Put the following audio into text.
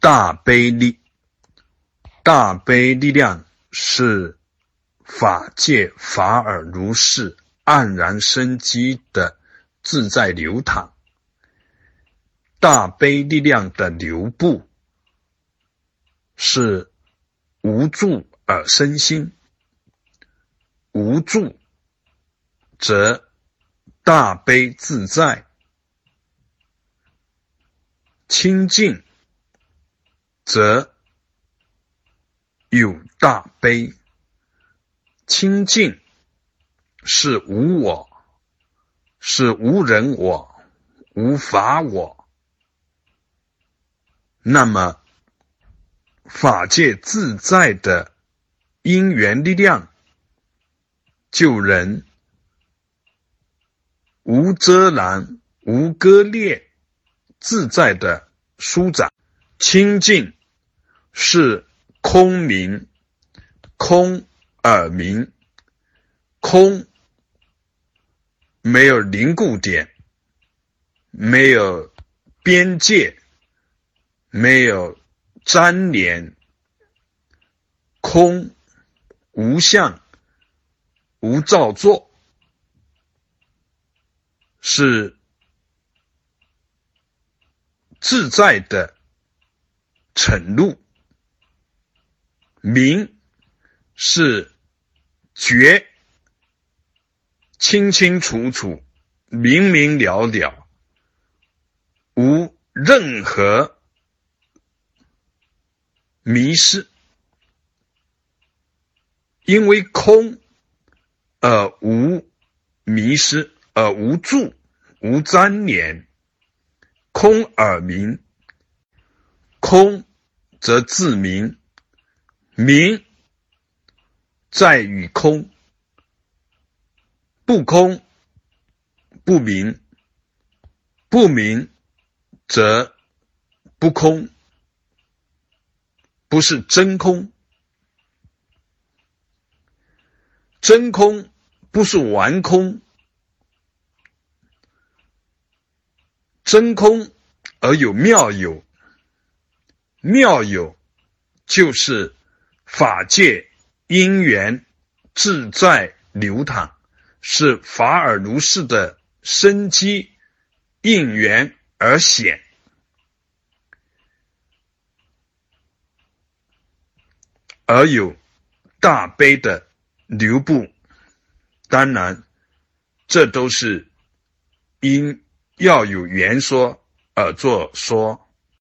大悲力。大悲力量是法界法尔如是黯然生机的自在流淌。大悲力量的流布是无助而生心，无助则大悲自在，清净则有大悲。清净是无我，是无人我，无法我。那么法界自在的因缘力量救人无遮拦，无割裂，自在的舒展。清净是空明，空而明，空没有凝固点，没有边界，没有粘连，空无相，无造作，是自在的沉入。明是觉，清清楚楚，明明了了，无任何迷失。因为空而无迷失，而无助，无粘连，空而明。空则自明，明在于空，不空不明，不明则不空，不是真空。真空不是完空，真空而有妙有，妙有就是法界因缘自在流淌，是法尔如是的生机应缘而显。而有大悲的流布，当然这都是因要有缘说而作说。